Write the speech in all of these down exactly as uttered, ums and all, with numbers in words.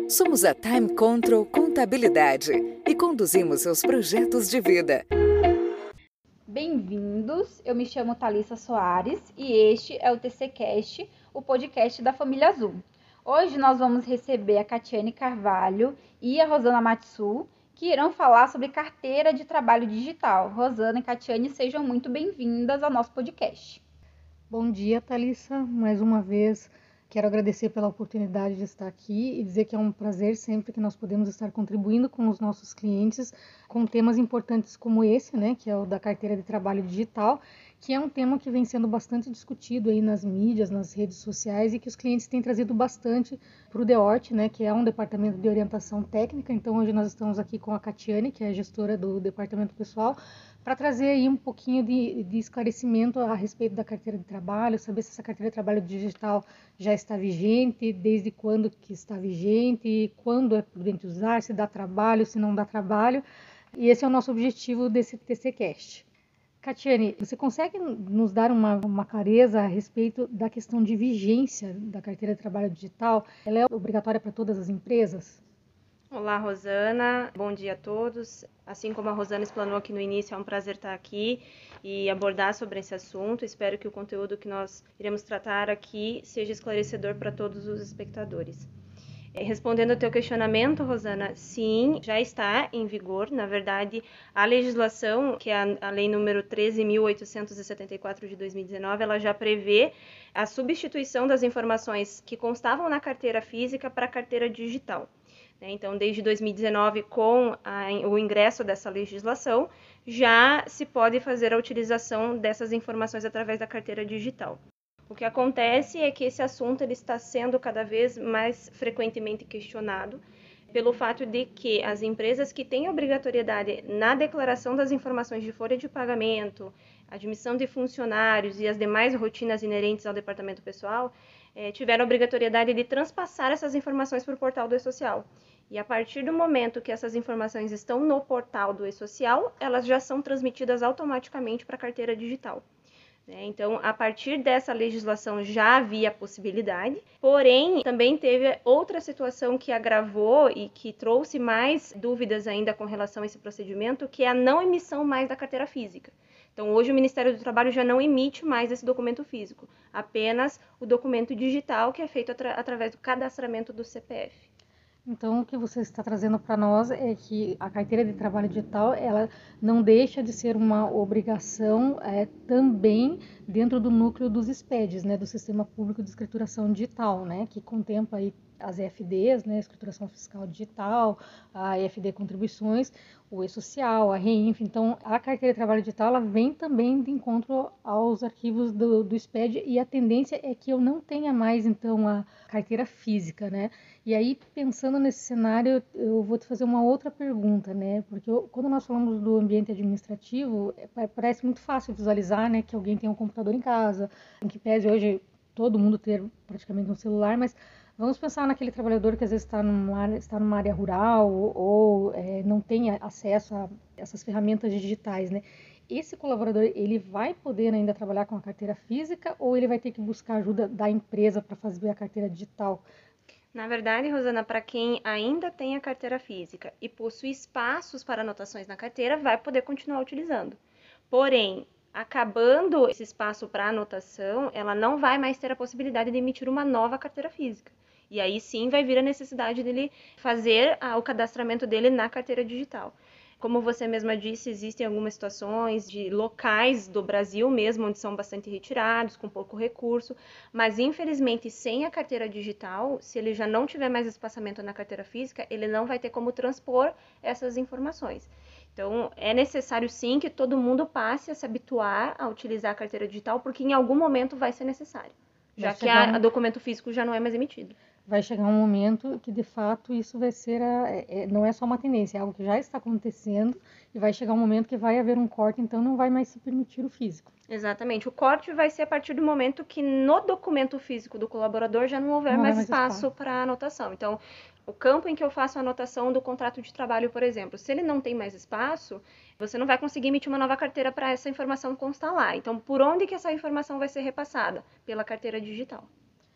Somos a Time Control Contabilidade e conduzimos seus projetos de vida. Bem-vindos, eu me chamo Thalissa Soares e este é o TCcast, o podcast da Família Azul. Hoje nós vamos receber a Catiane Carvalho e a Rosana Matsu, que irão falar sobre carteira de trabalho digital. Rosana e Catiane, sejam muito bem-vindas ao nosso podcast. Bom dia, Thalissa. Mais uma vez, quero agradecer pela oportunidade de estar aqui e dizer que é um prazer sempre que nós podemos estar contribuindo com os nossos clientes com temas importantes como esse, né, que é o da carteira de trabalho digital, que é um tema que vem sendo bastante discutido aí nas mídias, nas redes sociais e que os clientes têm trazido bastante para o DEORT, né, que é um departamento de orientação técnica. Então, hoje nós estamos aqui com a Catiane, que é a gestora do departamento pessoal, para trazer aí um pouquinho de, de esclarecimento a respeito da carteira de trabalho, saber se essa carteira de trabalho digital já está vigente, desde quando que está vigente, quando é prudente usar, se dá trabalho, se não dá trabalho. E esse é o nosso objetivo desse TCcast. Catiane, você consegue nos dar uma, uma clareza a respeito da questão de vigência da carteira de trabalho digital? Ela é obrigatória para todas as empresas? Olá, Rosana. Bom dia a todos. Assim como a Rosana explanou aqui no início, é um prazer estar aqui e abordar sobre esse assunto. Espero que o conteúdo que nós iremos tratar aqui seja esclarecedor para todos os espectadores. Respondendo ao teu questionamento, Rosana, sim, já está em vigor. Na verdade, a legislação, que é a lei número treze mil oitocentos e setenta e quatro de dois mil e dezenove, ela já prevê a substituição das informações que constavam na carteira física para a carteira digital. Então, desde dois mil e dezenove, com a, o ingresso dessa legislação, já se pode fazer a utilização dessas informações através da carteira digital. O que acontece é que esse assunto ele está sendo cada vez mais frequentemente questionado pelo fato de que as empresas que têm obrigatoriedade na declaração das informações de folha de pagamento, admissão de funcionários e as demais rotinas inerentes ao departamento pessoal, eh, tiveram a obrigatoriedade de transpassar essas informações para o portal do e-social. E a partir do momento que essas informações estão no portal do e-social, elas já são transmitidas automaticamente para a carteira digital. Então, a partir dessa legislação já havia a possibilidade, porém, também teve outra situação que agravou e que trouxe mais dúvidas ainda com relação a esse procedimento, que é a não emissão mais da carteira física. Então, hoje o Ministério do Trabalho já não emite mais esse documento físico, apenas o documento digital que é feito atra- através do cadastramento do C P F. Então, o que você está trazendo para nós é que a carteira de trabalho digital, ela não deixa de ser uma obrigação é, também dentro do núcleo dos S P E Ds, né, do Sistema Público de Escrituração Digital, né, que contempla aí as E F Ds, né, Escrituração Fiscal Digital, a E F D Contribuições, o E-Social, a REINF. Então, a carteira de trabalho digital, ela vem também de encontro aos arquivos do, do S P E D e a tendência é que eu não tenha mais, então, a carteira física, né? E aí, pensando nesse cenário, eu vou te fazer uma outra pergunta, né? Porque eu, quando nós falamos do ambiente administrativo, é, parece muito fácil visualizar, né, que alguém tem um computador em casa, em que pese hoje todo mundo ter praticamente um celular, mas vamos pensar naquele trabalhador que às vezes está numa, está numa área rural ou, ou é, não tem acesso a essas ferramentas digitais, né? Esse colaborador, ele vai poder ainda trabalhar com a carteira física ou ele vai ter que buscar ajuda da empresa para fazer a carteira digital? Na verdade, Rosana, para quem ainda tem a carteira física e possui espaços para anotações na carteira, vai poder continuar utilizando. Porém, acabando esse espaço para anotação, ela não vai mais ter a possibilidade de emitir uma nova carteira física. E aí sim vai vir a necessidade dele fazer o cadastramento dele na carteira digital. Como você mesma disse, existem algumas situações de locais do Brasil mesmo, onde são bastante retirados, com pouco recurso, mas infelizmente sem a carteira digital, se ele já não tiver mais espaçamento na carteira física, ele não vai ter como transpor essas informações. Então, é necessário sim que todo mundo passe a se habituar a utilizar a carteira digital, porque em algum momento vai ser necessário, já que a, a documento físico já não é mais emitido. Vai chegar um momento que, de fato, isso vai ser, a, é, não é só uma tendência, é algo que já está acontecendo e vai chegar um momento que vai haver um corte, então não vai mais se permitir o físico. Exatamente. O corte vai ser a partir do momento que no documento físico do colaborador já não houver Não mais, mais espaço espaço. para anotação. Então, o campo em que eu faço a anotação do contrato de trabalho, por exemplo, se ele não tem mais espaço, você não vai conseguir emitir uma nova carteira para essa informação constar lá. Então, por onde que essa informação vai ser repassada? Pela carteira digital.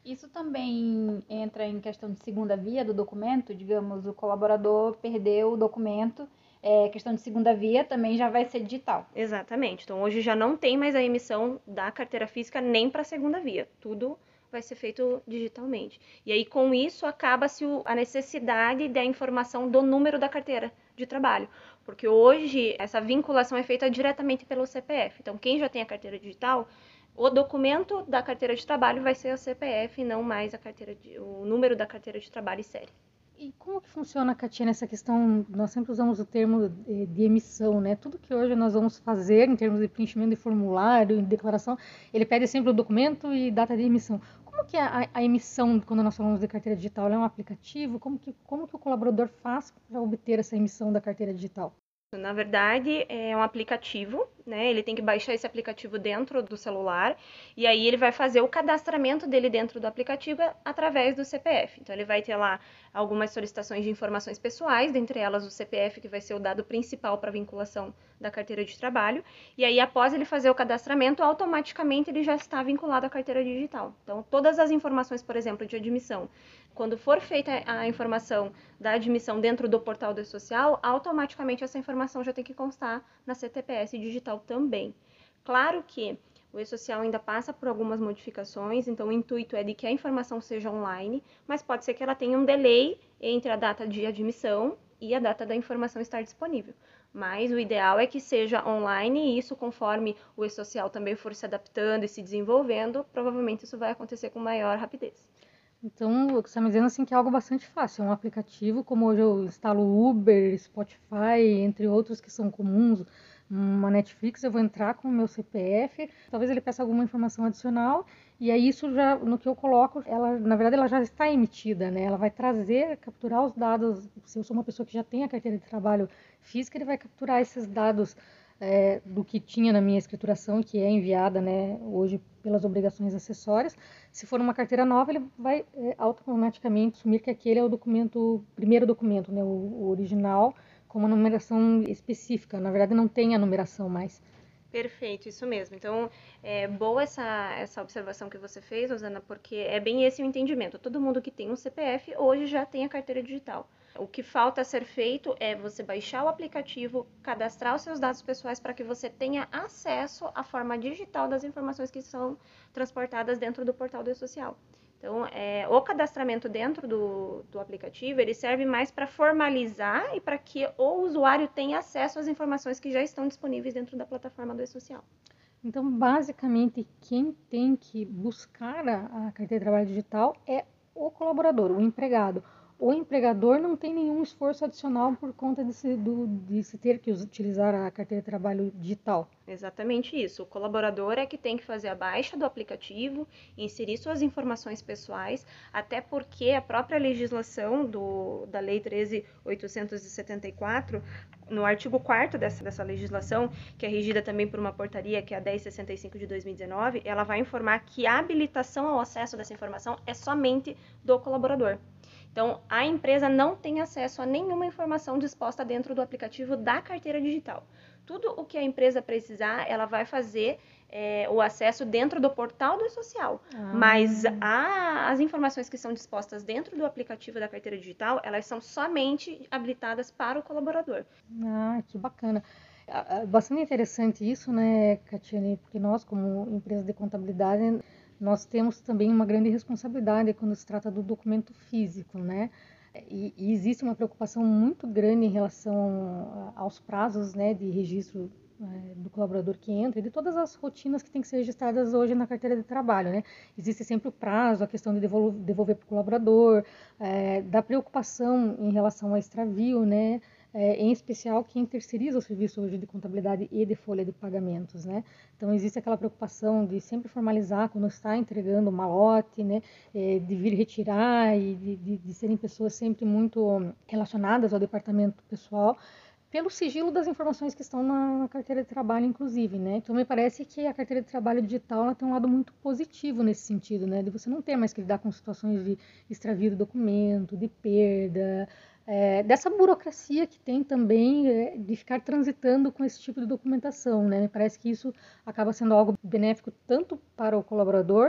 Isso também entra em questão de segunda via do documento, digamos, o colaborador perdeu o documento, é, questão de segunda via também já vai ser digital. Exatamente. Então, hoje já não tem mais a emissão da carteira física nem para a segunda via. Tudo vai ser feito digitalmente. E aí, com isso, acaba-se a necessidade da informação do número da carteira de trabalho. Porque hoje, essa vinculação é feita diretamente pelo C P F. Então, quem já tem a carteira digital, o documento da carteira de trabalho vai ser o C P F e não mais a carteira de, o número da carteira de trabalho e série. E como que funciona, Katia, nessa questão, nós sempre usamos o termo de, de emissão, né? Tudo que hoje nós vamos fazer em termos de preenchimento de formulário, de declaração, ele pede sempre o documento e data de emissão. Como que é a, a emissão, quando nós falamos de carteira digital? Ela é um aplicativo? Como que, como que o colaborador faz para obter essa emissão da carteira digital? Na verdade, é um aplicativo, né? Ele tem que baixar esse aplicativo dentro do celular e aí ele vai fazer o cadastramento dele dentro do aplicativo através do C P F. Então, ele vai ter lá algumas solicitações de informações pessoais, dentre elas o C P F, que vai ser o dado principal para a vinculação da carteira de trabalho. E aí, após ele fazer o cadastramento, automaticamente ele já está vinculado à carteira digital. Então, todas as informações, por exemplo, de admissão, quando for feita a informação da admissão dentro do portal do E-Social, automaticamente essa informação já tem que constar na C T P S digital também. Claro que o E-Social ainda passa por algumas modificações, então o intuito é de que a informação seja online, mas pode ser que ela tenha um delay entre a data de admissão e a data da informação estar disponível. Mas o ideal é que seja online e isso, conforme o E-Social também for se adaptando e se desenvolvendo, provavelmente isso vai acontecer com maior rapidez. Então, o que você está me dizendo assim, que é algo bastante fácil. É um aplicativo, como hoje eu instalo Uber, Spotify, entre outros que são comuns, uma Netflix, eu vou entrar com o meu C P F, talvez ele peça alguma informação adicional, e aí isso já, no que eu coloco, ela, na verdade, ela já está emitida, né? Ela vai trazer, capturar os dados, se eu sou uma pessoa que já tem a carteira de trabalho física, ele vai capturar esses dados é, do que tinha na minha escrituração, que é enviada, né, hoje pelas obrigações acessórias. Se for uma carteira nova, ele vai é, automaticamente assumir que aquele é o documento, primeiro documento, né, o, o original, com uma numeração específica. Na verdade, não tem a numeração mais. Perfeito, isso mesmo. Então, é boa essa, essa observação que você fez, Rosana, porque é bem esse o entendimento. Todo mundo que tem um C P F hoje já tem a carteira digital. O que falta a ser feito é você baixar o aplicativo, cadastrar os seus dados pessoais para que você tenha acesso à forma digital das informações que são transportadas dentro do portal do E-Social. Então, é, o cadastramento dentro do, do aplicativo, ele serve mais para formalizar e para que o usuário tenha acesso às informações que já estão disponíveis dentro da plataforma do E-Social. Então, basicamente, quem tem que buscar a, a carteira de trabalho digital é o colaborador, o empregado. O empregador não tem nenhum esforço adicional por conta de se, do, de se ter que utilizar a carteira de trabalho digital. Exatamente isso. O colaborador é que tem que fazer a baixa do aplicativo, inserir suas informações pessoais, até porque a própria legislação do, da Lei treze mil oitocentos e setenta e quatro, no artigo quarto dessa, dessa legislação, que é regida também por uma portaria, que é a dez mil seiscentos e sessenta e cinco de dois mil e dezenove, ela vai informar que a habilitação ao acesso dessa informação é somente do colaborador. Então, a empresa não tem acesso a nenhuma informação disposta dentro do aplicativo da carteira digital. Tudo o que a empresa precisar, ela vai fazer é, o acesso dentro do portal do E-Social. Ah. Mas a, as informações que são dispostas dentro do aplicativo da carteira digital, elas são somente habilitadas para o colaborador. Ah, que bacana. Bastante interessante isso, né, Catiane? Porque nós, como empresa de contabilidade, nós temos também uma grande responsabilidade quando se trata do documento físico, né? E, e existe uma preocupação muito grande em relação aos prazos, né, de registro é, do colaborador que entra e de todas as rotinas que têm que ser registradas hoje na carteira de trabalho, né? Existe sempre o prazo, a questão de devolver, devolver para o colaborador, é, da preocupação em relação ao extravio, né? É, em especial quem terceiriza o serviço hoje de contabilidade e de folha de pagamentos, né? Então existe aquela preocupação de sempre formalizar quando está entregando o malote, né? É, de vir retirar e de, de, de serem pessoas sempre muito relacionadas ao departamento pessoal, pelo sigilo das informações que estão na, na carteira de trabalho, inclusive, né? Então me parece que a carteira de trabalho digital ela tem um lado muito positivo nesse sentido, né? De você não ter mais que lidar com situações de extravio do documento, de perda, É, dessa burocracia que tem também é, de ficar transitando com esse tipo de documentação, né? Me parece que isso acaba sendo algo benéfico tanto para o colaborador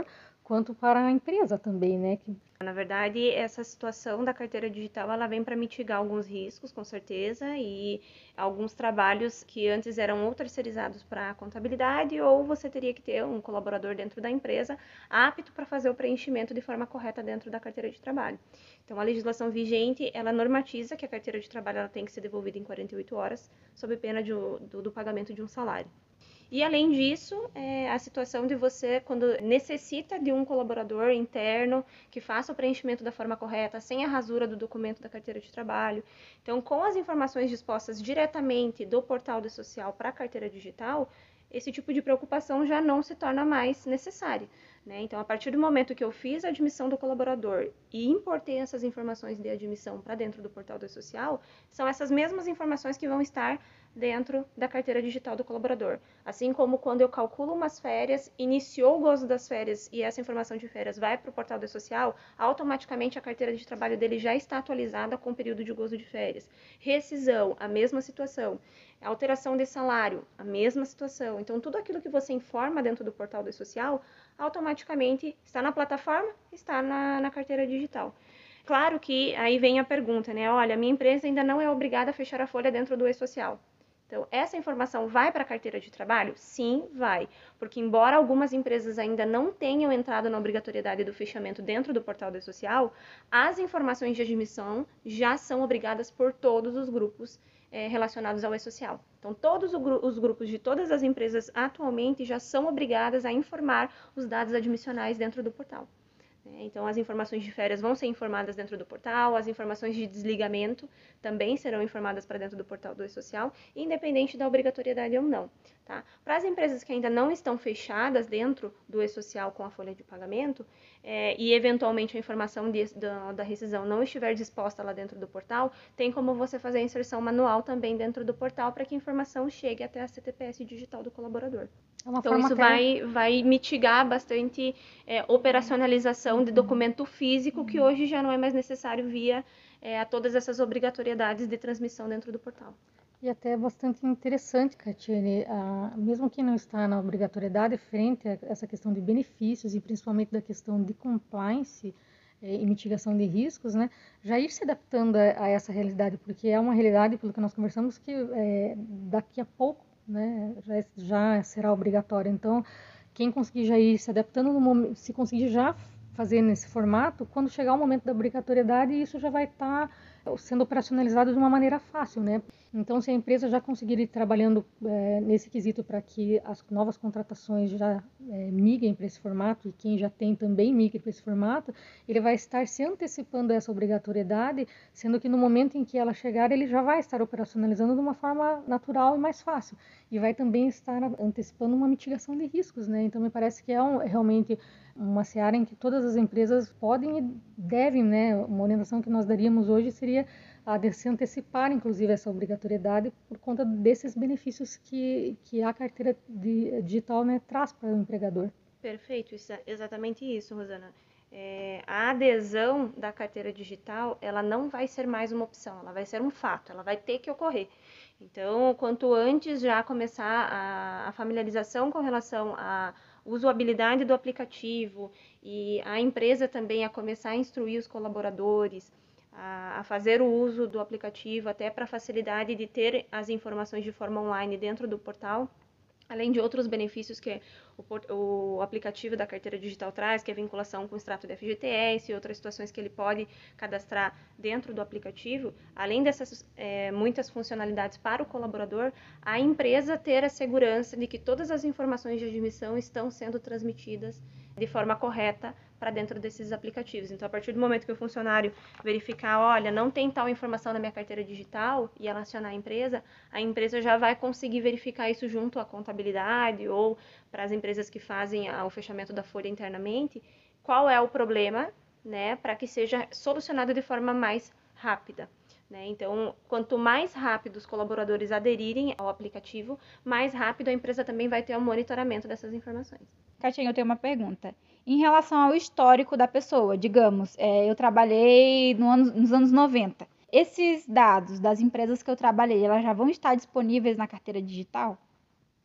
quanto para a empresa também, né? Que... Na verdade, essa situação da carteira digital, ela vem para mitigar alguns riscos, com certeza, e alguns trabalhos que antes eram ou terceirizados para a contabilidade, ou você teria que ter um colaborador dentro da empresa apto para fazer o preenchimento de forma correta dentro da carteira de trabalho. Então, a legislação vigente, ela normatiza que a carteira de trabalho ela tem que ser devolvida em quarenta e oito horas, sob pena de, do, do pagamento de um salário. E, além disso, é a situação de você, quando necessita de um colaborador interno que faça o preenchimento da forma correta, sem a rasura do documento da carteira de trabalho. Então, com as informações dispostas diretamente do portal do social para a carteira digital, esse tipo de preocupação já não se torna mais necessária, né? Então, a partir do momento que eu fiz a admissão do colaborador e importei essas informações de admissão para dentro do portal do social, são essas mesmas informações que vão estar dentro da carteira digital do colaborador. Assim como quando eu calculo umas férias, iniciou o gozo das férias e essa informação de férias vai para o portal do social, automaticamente a carteira de trabalho dele já está atualizada com o período de gozo de férias. Rescisão, a mesma situação. Alteração de salário, a mesma situação. Então, tudo aquilo que você informa dentro do portal do social, automaticamente está na plataforma, está na, na carteira digital. Claro que aí vem a pergunta, né? Olha, minha empresa ainda não é obrigada a fechar a folha dentro do e-social. Então, essa informação vai para a carteira de trabalho? Sim, vai. Porque, embora algumas empresas ainda não tenham entrado na obrigatoriedade do fechamento dentro do portal do e-social, as informações de admissão já são obrigadas por todos os grupos é, relacionados ao e-social. Então, todos os grupos de todas as empresas atualmente já são obrigadas a informar os dados admissionais dentro do portal. Então, as informações de férias vão ser informadas dentro do portal, as informações de desligamento também serão informadas para dentro do portal do e-social, independente da obrigatoriedade ou não. Tá? Para as empresas que ainda não estão fechadas dentro do e-social com a folha de pagamento, é, e eventualmente a informação de, da, da rescisão não estiver disposta lá dentro do portal, tem como você fazer a inserção manual também dentro do portal para que a informação chegue até a C T P S digital do colaborador. É uma então, forma isso até... vai, vai mitigar bastante é, operacionalização de documento físico, que hoje já não é mais necessário via é, a todas essas obrigatoriedades de transmissão dentro do portal. E até é bastante interessante, Catiane, ah, mesmo quem não está na obrigatoriedade, frente a essa questão de benefícios e principalmente da questão de compliance eh, e mitigação de riscos, né, já ir se adaptando a, a essa realidade, porque é uma realidade, pelo que nós conversamos, que eh, daqui a pouco, né, já, já será obrigatório. Então, quem conseguir já ir se adaptando, no momento, se conseguir já fazer nesse formato, quando chegar o momento da obrigatoriedade, isso já vai estar sendo operacionalizado de uma maneira fácil, né? Então, se a empresa já conseguir ir trabalhando é, nesse quesito para que as novas contratações já é, migrem para esse formato, e quem já tem também migre para esse formato, ele vai estar se antecipando a essa obrigatoriedade, sendo que no momento em que ela chegar, ele já vai estar operacionalizando de uma forma natural e mais fácil. E vai também estar antecipando uma mitigação de riscos, né? Então, me parece que é um, realmente uma seara em que todas as empresas podem e devem, né? Uma orientação que nós daríamos hoje seria a de se antecipar, inclusive, essa obrigatoriedade por conta desses benefícios que, que a carteira de, digital, né, traz para o empregador. Perfeito, isso, exatamente isso, Rosana. É, a adesão da carteira digital, ela não vai ser mais uma opção, ela vai ser um fato, ela vai ter que ocorrer. Então, quanto antes já começar a, a familiarização com relação à usabilidade do aplicativo e a empresa também a começar a instruir os colaboradores a, a fazer o uso do aplicativo, até para a facilidade de ter as informações de forma online dentro do portal, além de outros benefícios que o, o aplicativo da carteira digital traz, que é a vinculação com o extrato de F G T S e outras situações que ele pode cadastrar dentro do aplicativo, além dessas é, muitas funcionalidades para o colaborador, a empresa ter a segurança de que todas as informações de admissão estão sendo transmitidas de forma correta para dentro desses aplicativos. Então, a partir do momento que o funcionário verificar, olha, não tem tal informação na minha carteira digital, e ela acionar a empresa, a empresa já vai conseguir verificar isso junto à contabilidade ou para as empresas que fazem o fechamento da folha internamente, qual é o problema, né, para que seja solucionado de forma mais rápida. Né? Então, quanto mais rápido os colaboradores aderirem ao aplicativo, mais rápido a empresa também vai ter o monitoramento dessas informações. Catiane, eu tenho uma pergunta. Em relação ao histórico da pessoa, digamos, é, eu trabalhei no ano, nos anos noventa. Esses dados das empresas que eu trabalhei, elas já vão estar disponíveis na carteira digital?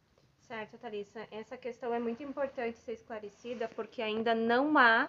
Certo, Thalissa. Essa questão é muito importante ser esclarecida porque ainda não há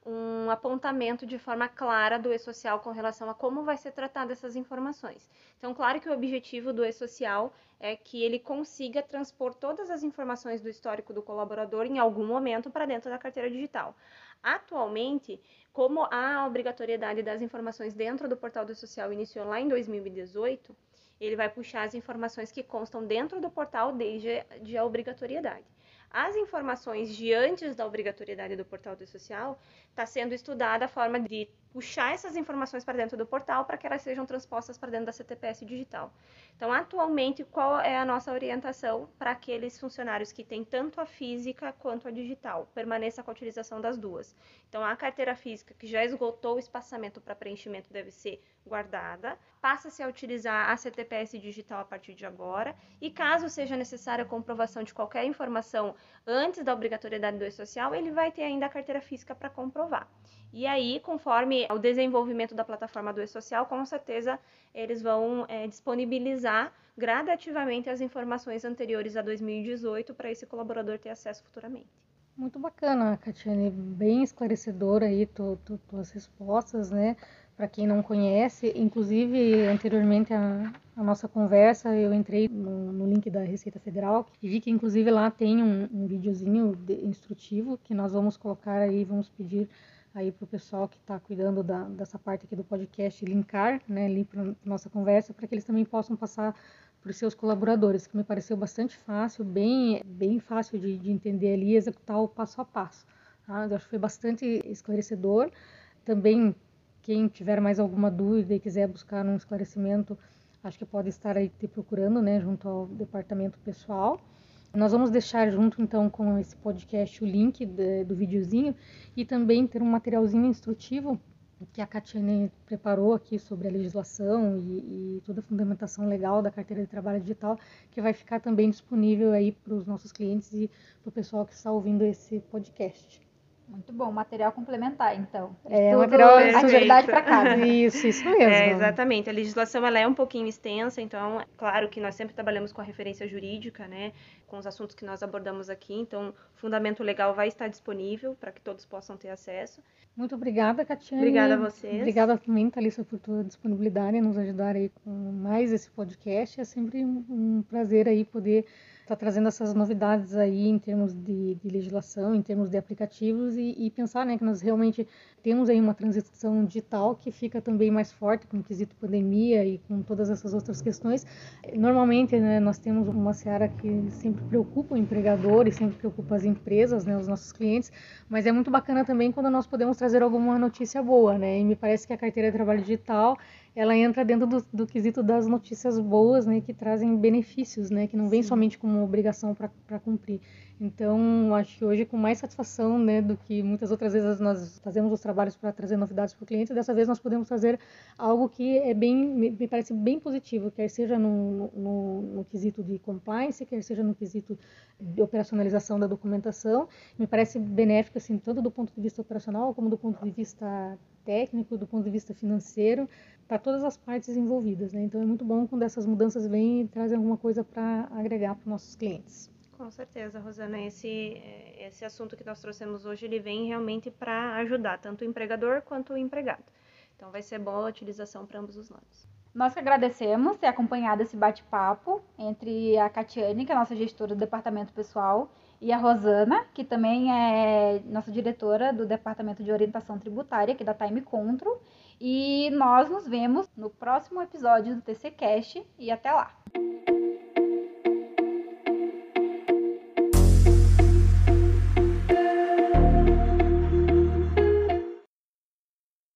um apontamento de forma clara do e-social com relação a como vai ser tratada essas informações. Então, claro que o objetivo do e-social é que ele consiga transpor todas as informações do histórico do colaborador em algum momento para dentro da carteira digital. Atualmente, como a obrigatoriedade das informações dentro do portal do e-social iniciou lá em dois mil e dezoito, ele vai puxar as informações que constam dentro do portal desde de a obrigatoriedade. As informações de antes da obrigatoriedade do portal do e-social está sendo estudada a forma de puxar essas informações para dentro do portal para que elas sejam transpostas para dentro da C T P S digital. Então, atualmente, qual é a nossa orientação para aqueles funcionários que têm tanto a física quanto a digital? Permaneça com a utilização das duas. Então, a carteira física que já esgotou o espaçamento para preenchimento deve ser guardada, passa-se a utilizar a C T P S digital a partir de agora e caso seja necessária a comprovação de qualquer informação antes da obrigatoriedade do e-social, ele vai ter ainda a carteira física para comprovar. E aí, conforme o desenvolvimento da plataforma do e-social, com certeza eles vão é, disponibilizar gradativamente as informações anteriores a dois mil e dezoito para esse colaborador ter acesso futuramente. Muito bacana, Catiane, bem esclarecedora aí tu, tu, tuas respostas, né? Para quem não conhece, inclusive anteriormente a, a nossa conversa, eu entrei no, no link da Receita Federal e vi que inclusive lá tem um, um videozinho de, instrutivo que nós vamos colocar aí, vamos pedir aí para o pessoal que está cuidando da, dessa parte aqui do podcast linkar, né, ali para nossa conversa, para que eles também possam passar para os seus colaboradores, que me pareceu bastante fácil, bem, bem fácil de, de entender ali e executar o passo a passo. Tá? Eu acho que foi bastante esclarecedor. Também, quem tiver mais alguma dúvida e quiser buscar um esclarecimento, acho que pode estar aí te procurando, né, junto ao departamento pessoal. Nós vamos deixar junto, então, com esse podcast o link de, do videozinho e também ter um materialzinho instrutivo que a Catiane preparou aqui sobre a legislação e, e toda a fundamentação legal da carteira de trabalho digital, que vai ficar também disponível aí para os nossos clientes e para o pessoal que está ouvindo esse podcast. Muito bom, material complementar, então. É, material atividade para casa. Isso, isso mesmo. É, exatamente. A legislação ela é um pouquinho extensa, então, claro que nós sempre trabalhamos com a referência jurídica, né, com os assuntos que nós abordamos aqui, então, o fundamento legal vai estar disponível para que todos possam ter acesso. Muito obrigada, Catiane. Obrigada a vocês. Obrigada também, Thalissa, por tua disponibilidade em nos ajudar aí com mais esse podcast. É sempre um, um prazer aí poder estar trazendo essas novidades aí em termos de, de legislação, em termos de aplicativos e, e pensar, né, que nós realmente temos aí uma transição digital que fica também mais forte com o quesito pandemia e com todas essas outras questões. Normalmente, né, nós temos uma seara que sempre preocupa o empregador e sempre preocupa as empresas, né, os nossos clientes, mas é muito bacana também quando nós podemos trazer alguma notícia boa, né, e me parece que a carteira de trabalho digital ela entra dentro do, do quesito das notícias boas, né, que trazem benefícios, né, que não vem somente como obrigação para cumprir. Então, acho que hoje, com mais satisfação, né, do que muitas outras vezes nós fazemos os trabalhos para trazer novidades para o cliente, dessa vez nós podemos trazer algo que é bem, me parece bem positivo, quer seja no, no, no quesito de compliance, quer seja no quesito de operacionalização da documentação. Me parece benéfico, assim, tanto do ponto de vista operacional, como do ponto de vista técnico, do ponto de vista financeiro, para todas as partes envolvidas, né? Então, é muito bom quando essas mudanças vêm e trazem alguma coisa para agregar para os nossos clientes. Com certeza, Rosana, esse, esse assunto que nós trouxemos hoje, ele vem realmente para ajudar tanto o empregador quanto o empregado. Então, vai ser boa a utilização para ambos os lados. Nós que agradecemos ter acompanhado esse bate-papo entre a Catiane, que é a nossa gestora do departamento pessoal, e a Rosana, que também é nossa diretora do departamento de orientação tributária, aqui da Time Control. E nós nos vemos no próximo episódio do T C Cast e até lá!